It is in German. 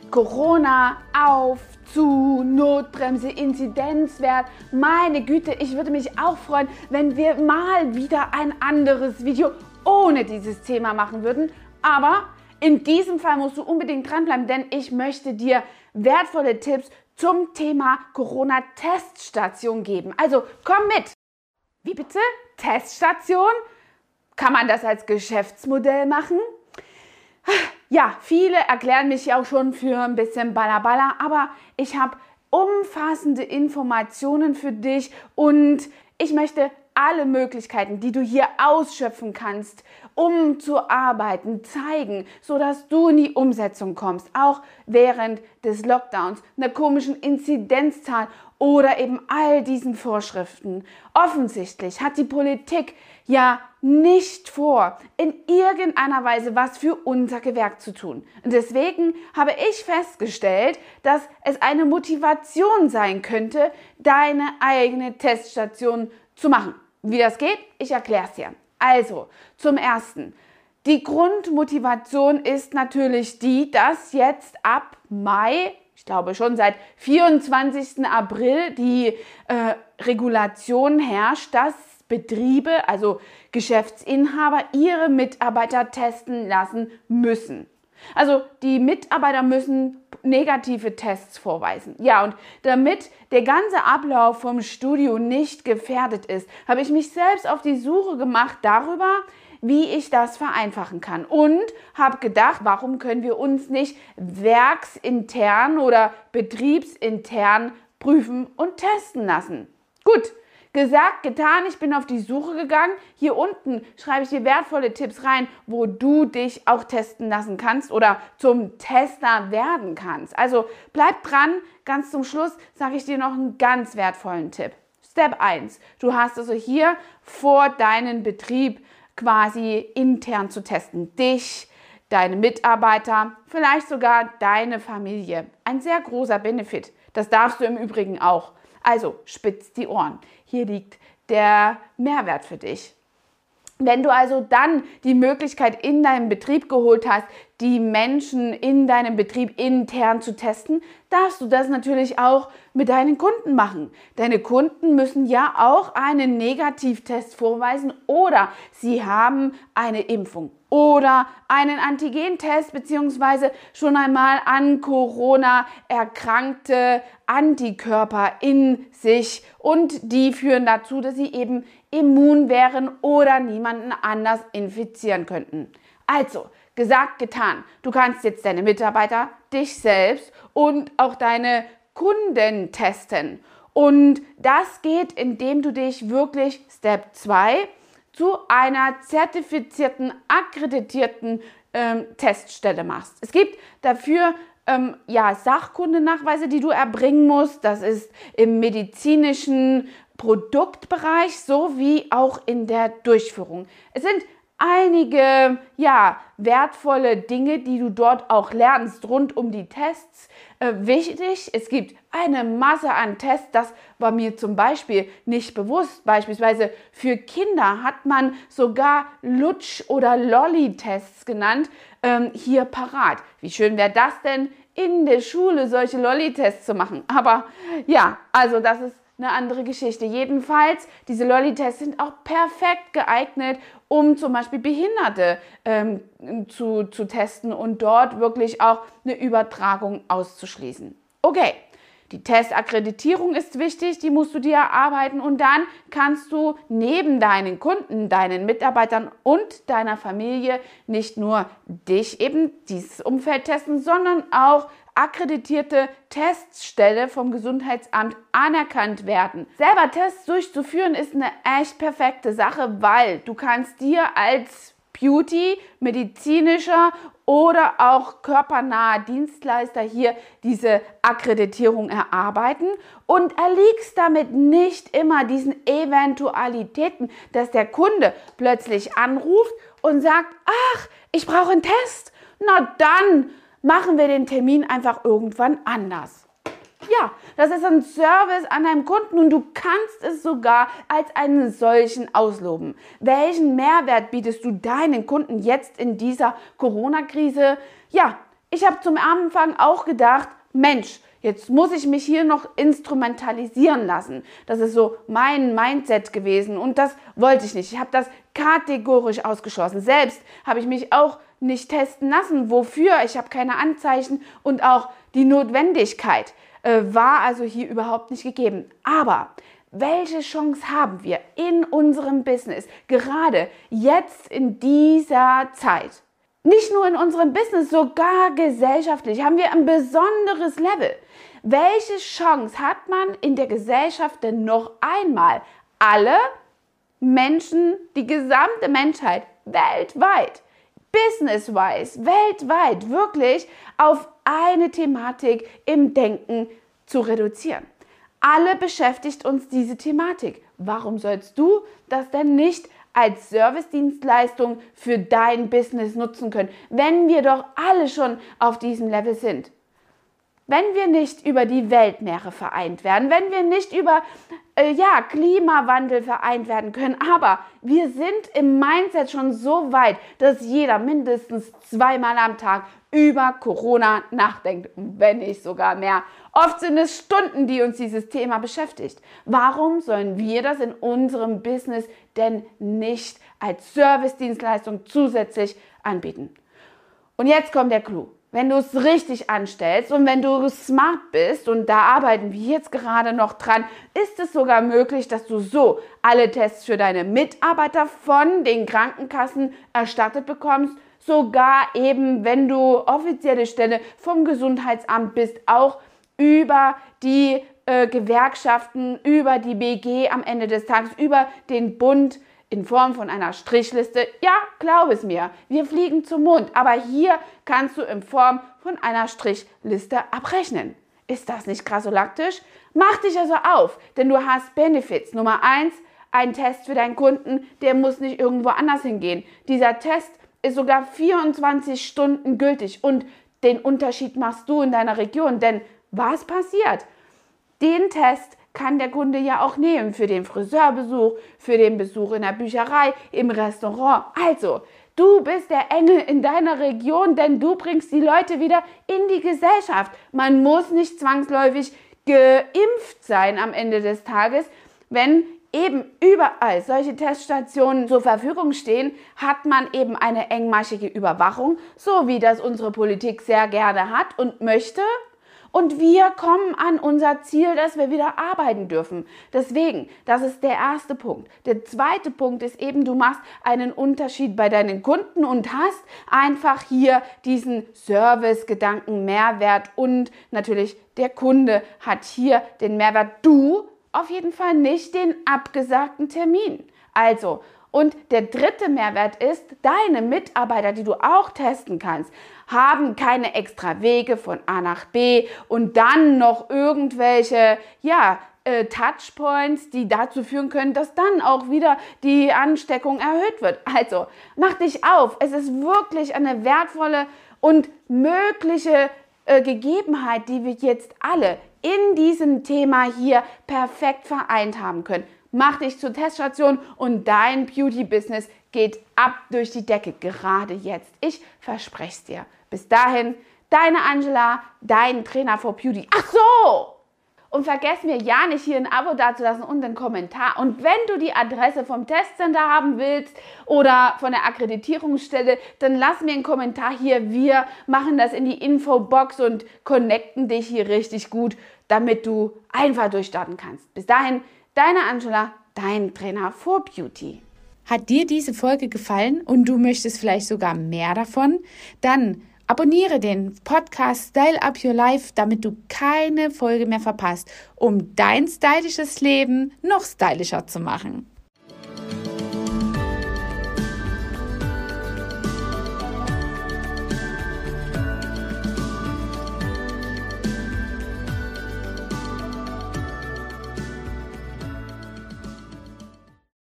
Corona auf, zu, Notbremse, Inzidenzwert. Meine Güte, ich würde mich auch freuen, wenn wir mal wieder ein anderes Video ohne dieses Thema machen würden. Aber in diesem Fall musst du unbedingt dranbleiben, denn ich möchte dir wertvolle Tipps zum Thema Corona-Teststation geben. Also komm mit! Wie bitte? Teststation? Kann man das als Geschäftsmodell machen? Ja, viele erklären mich ja auch schon für ein bisschen Balla, aber ich habe umfassende Informationen für dich und ich möchte alle Möglichkeiten, die du hier ausschöpfen kannst, um zu arbeiten, zeigen, sodass du in die Umsetzung kommst, auch während des Lockdowns, einer komischen Inzidenzzahl oder eben all diesen Vorschriften. Offensichtlich hat die Politik ja nicht vor, in irgendeiner Weise was für unser Gewerk zu tun. Und deswegen habe ich festgestellt, dass es eine Motivation sein könnte, deine eigene Teststation zu machen. Wie das geht, ich erkläre es dir. Also, zum Ersten, die Grundmotivation ist natürlich die, dass jetzt ab Mai, ich glaube schon seit 24. April, die Regulation herrscht, dass Betriebe, also Geschäftsinhaber, ihre Mitarbeiter testen lassen müssen. Also die Mitarbeiter müssen negative Tests vorweisen. Ja, und damit der ganze Ablauf vom Studio nicht gefährdet ist, habe ich mich selbst auf die Suche gemacht darüber, wie ich das vereinfachen kann. Und habe gedacht, warum können wir uns nicht werksintern oder betriebsintern prüfen und testen lassen? Gut. Gesagt, getan, ich bin auf die Suche gegangen. Hier unten schreibe ich dir wertvolle Tipps rein, wo du dich auch testen lassen kannst oder zum Tester werden kannst. Also bleib dran, ganz zum Schluss sage ich dir noch einen ganz wertvollen Tipp. Step 1, du hast also hier vor deinen Betrieb quasi intern zu testen. Dich, deine Mitarbeiter, vielleicht sogar deine Familie. Ein sehr großer Benefit. Das darfst du im Übrigen auch. Also spitz die Ohren. Hier liegt der Mehrwert für dich. Wenn du also dann die Möglichkeit in deinem Betrieb geholt hast, die Menschen in deinem Betrieb intern zu testen, darfst du das natürlich auch mit deinen Kunden machen. Deine Kunden müssen ja auch einen Negativtest vorweisen oder sie haben eine Impfung oder einen Antigentest bzw. schon einmal an Corona erkrankte Antikörper in sich und die führen dazu, dass sie eben immun wären oder niemanden anders infizieren könnten. Also, gesagt, getan. Du kannst jetzt deine Mitarbeiter, dich selbst und auch deine Kunden testen. Und das geht, indem du dich wirklich Step 2 zu einer zertifizierten, akkreditierten Teststelle machst. Es gibt dafür Sachkundenachweise, die du erbringen musst. Das ist im medizinischen Produktbereich sowie auch in der Durchführung. Es sind einige wertvolle Dinge, die du dort auch lernst rund um die Tests. Wichtig, es gibt eine Masse an Tests, das war mir zum Beispiel nicht bewusst. Beispielsweise für Kinder hat man sogar Lutsch- oder Lolli-Tests genannt, hier parat. Wie schön wäre das denn, in der Schule solche Lolli-Tests zu machen? Aber ja, also das ist eine andere Geschichte. Jedenfalls, diese Lolli-Tests sind auch perfekt geeignet, um zum Beispiel Behinderte zu testen und dort wirklich auch eine Übertragung auszuschließen. Okay, die Testakkreditierung ist wichtig, die musst du dir erarbeiten und dann kannst du neben deinen Kunden, deinen Mitarbeitern und deiner Familie nicht nur dich eben dieses Umfeld testen, sondern auch akkreditierte Teststelle vom Gesundheitsamt anerkannt werden. Selber Tests durchzuführen ist eine echt perfekte Sache, weil du kannst dir als Beauty, medizinischer oder auch körpernaher Dienstleister hier diese Akkreditierung erarbeiten und erliegst damit nicht immer diesen Eventualitäten, dass der Kunde plötzlich anruft und sagt, ach, ich brauche einen Test. Na dann machen wir den Termin einfach irgendwann anders. Ja, das ist ein Service an deinem Kunden und du kannst es sogar als einen solchen ausloben. Welchen Mehrwert bietest du deinen Kunden jetzt in dieser Corona-Krise? Ja, Ich habe zum Anfang auch gedacht, Mensch, jetzt muss ich mich hier noch instrumentalisieren lassen. Das ist so mein Mindset gewesen und das wollte ich nicht. Ich habe das kategorisch ausgeschlossen. Selbst habe ich mich auch nicht testen lassen. Wofür? Ich habe keine Anzeichen und auch die Notwendigkeit war also hier überhaupt nicht gegeben. Aber welche Chance haben wir in unserem Business, gerade jetzt in dieser Zeit? Nicht nur in unserem Business, sogar gesellschaftlich haben wir ein besonderes Level. Welche Chance hat man in der Gesellschaft denn noch einmal, alle Menschen, die gesamte Menschheit weltweit, business-wise, weltweit wirklich auf eine Thematik im Denken zu reduzieren? Alle beschäftigt uns diese Thematik. Warum sollst du das denn nicht als Servicedienstleistung für dein Business nutzen können, wenn wir doch alle schon auf diesem Level sind? Wenn wir nicht über die Weltmeere vereint werden, wenn wir nicht über Klimawandel vereint werden können, aber wir sind im Mindset schon so weit, dass jeder mindestens 2-mal am Tag über Corona nachdenkt, wenn nicht sogar mehr. Oft sind es Stunden, die uns dieses Thema beschäftigt. Warum sollen wir das in unserem Business denn nicht als Servicedienstleistung zusätzlich anbieten? Und jetzt kommt der Clou. Wenn du es richtig anstellst und wenn du smart bist, und da arbeiten wir jetzt gerade noch dran, ist es sogar möglich, dass du so alle Tests für deine Mitarbeiter von den Krankenkassen erstattet bekommst, sogar eben, wenn du offizielle Stelle vom Gesundheitsamt bist, auch über die Gewerkschaften, über die BG am Ende des Tages, über den Bund, in Form von einer Strichliste. Ja, glaub es mir, wir fliegen zum Mond, aber hier kannst du in Form von einer Strichliste abrechnen. Ist das nicht krassolaktisch? Mach dich also auf, denn du hast Benefits. Nummer 1, ein Test für deinen Kunden, der muss nicht irgendwo anders hingehen. Dieser Test ist sogar 24 Stunden gültig und den Unterschied machst du in deiner Region, denn was passiert? Den Test kann der Kunde ja auch nehmen für den Friseurbesuch, für den Besuch in der Bücherei, im Restaurant. Also, du bist der Engel in deiner Region, denn du bringst die Leute wieder in die Gesellschaft. Man muss nicht zwangsläufig geimpft sein am Ende des Tages. Wenn eben überall solche Teststationen zur Verfügung stehen, hat man eben eine engmaschige Überwachung, so wie das unsere Politik sehr gerne hat und möchte. Und wir kommen an unser Ziel, dass wir wieder arbeiten dürfen. Deswegen, das ist der erste Punkt. Der zweite Punkt ist eben, du machst einen Unterschied bei deinen Kunden und hast einfach hier diesen Service-Gedanken, Mehrwert und natürlich der Kunde hat hier den Mehrwert. Du auf jeden Fall nicht den abgesagten Termin. Also, und der dritte Mehrwert ist, deine Mitarbeiter, die du auch testen kannst, haben keine extra Wege von A nach B und dann noch irgendwelche, Touchpoints, die dazu führen können, dass dann auch wieder die Ansteckung erhöht wird. Also, mach dich auf. Es ist wirklich eine wertvolle und mögliche Gegebenheit, die wir jetzt alle in diesem Thema hier perfekt vereint haben können. Mach dich zur Teststation und dein Beauty-Business geht ab durch die Decke, gerade jetzt. Ich verspreche es dir. Bis dahin, deine Angela, dein Trainer for Beauty. Ach so! Und vergiss mir ja nicht, hier ein Abo dazulassen und einen Kommentar. Und wenn du die Adresse vom Testcenter haben willst oder von der Akkreditierungsstelle, dann lass mir einen Kommentar hier. Wir machen das in die Infobox und connecten dich hier richtig gut, damit du einfach durchstarten kannst. Bis dahin, deine Angela, dein Trainer for Beauty. Hat dir diese Folge gefallen und du möchtest vielleicht sogar mehr davon? Dann abonniere den Podcast Style Up Your Life, damit du keine Folge mehr verpasst, um dein stylisches Leben noch stylischer zu machen.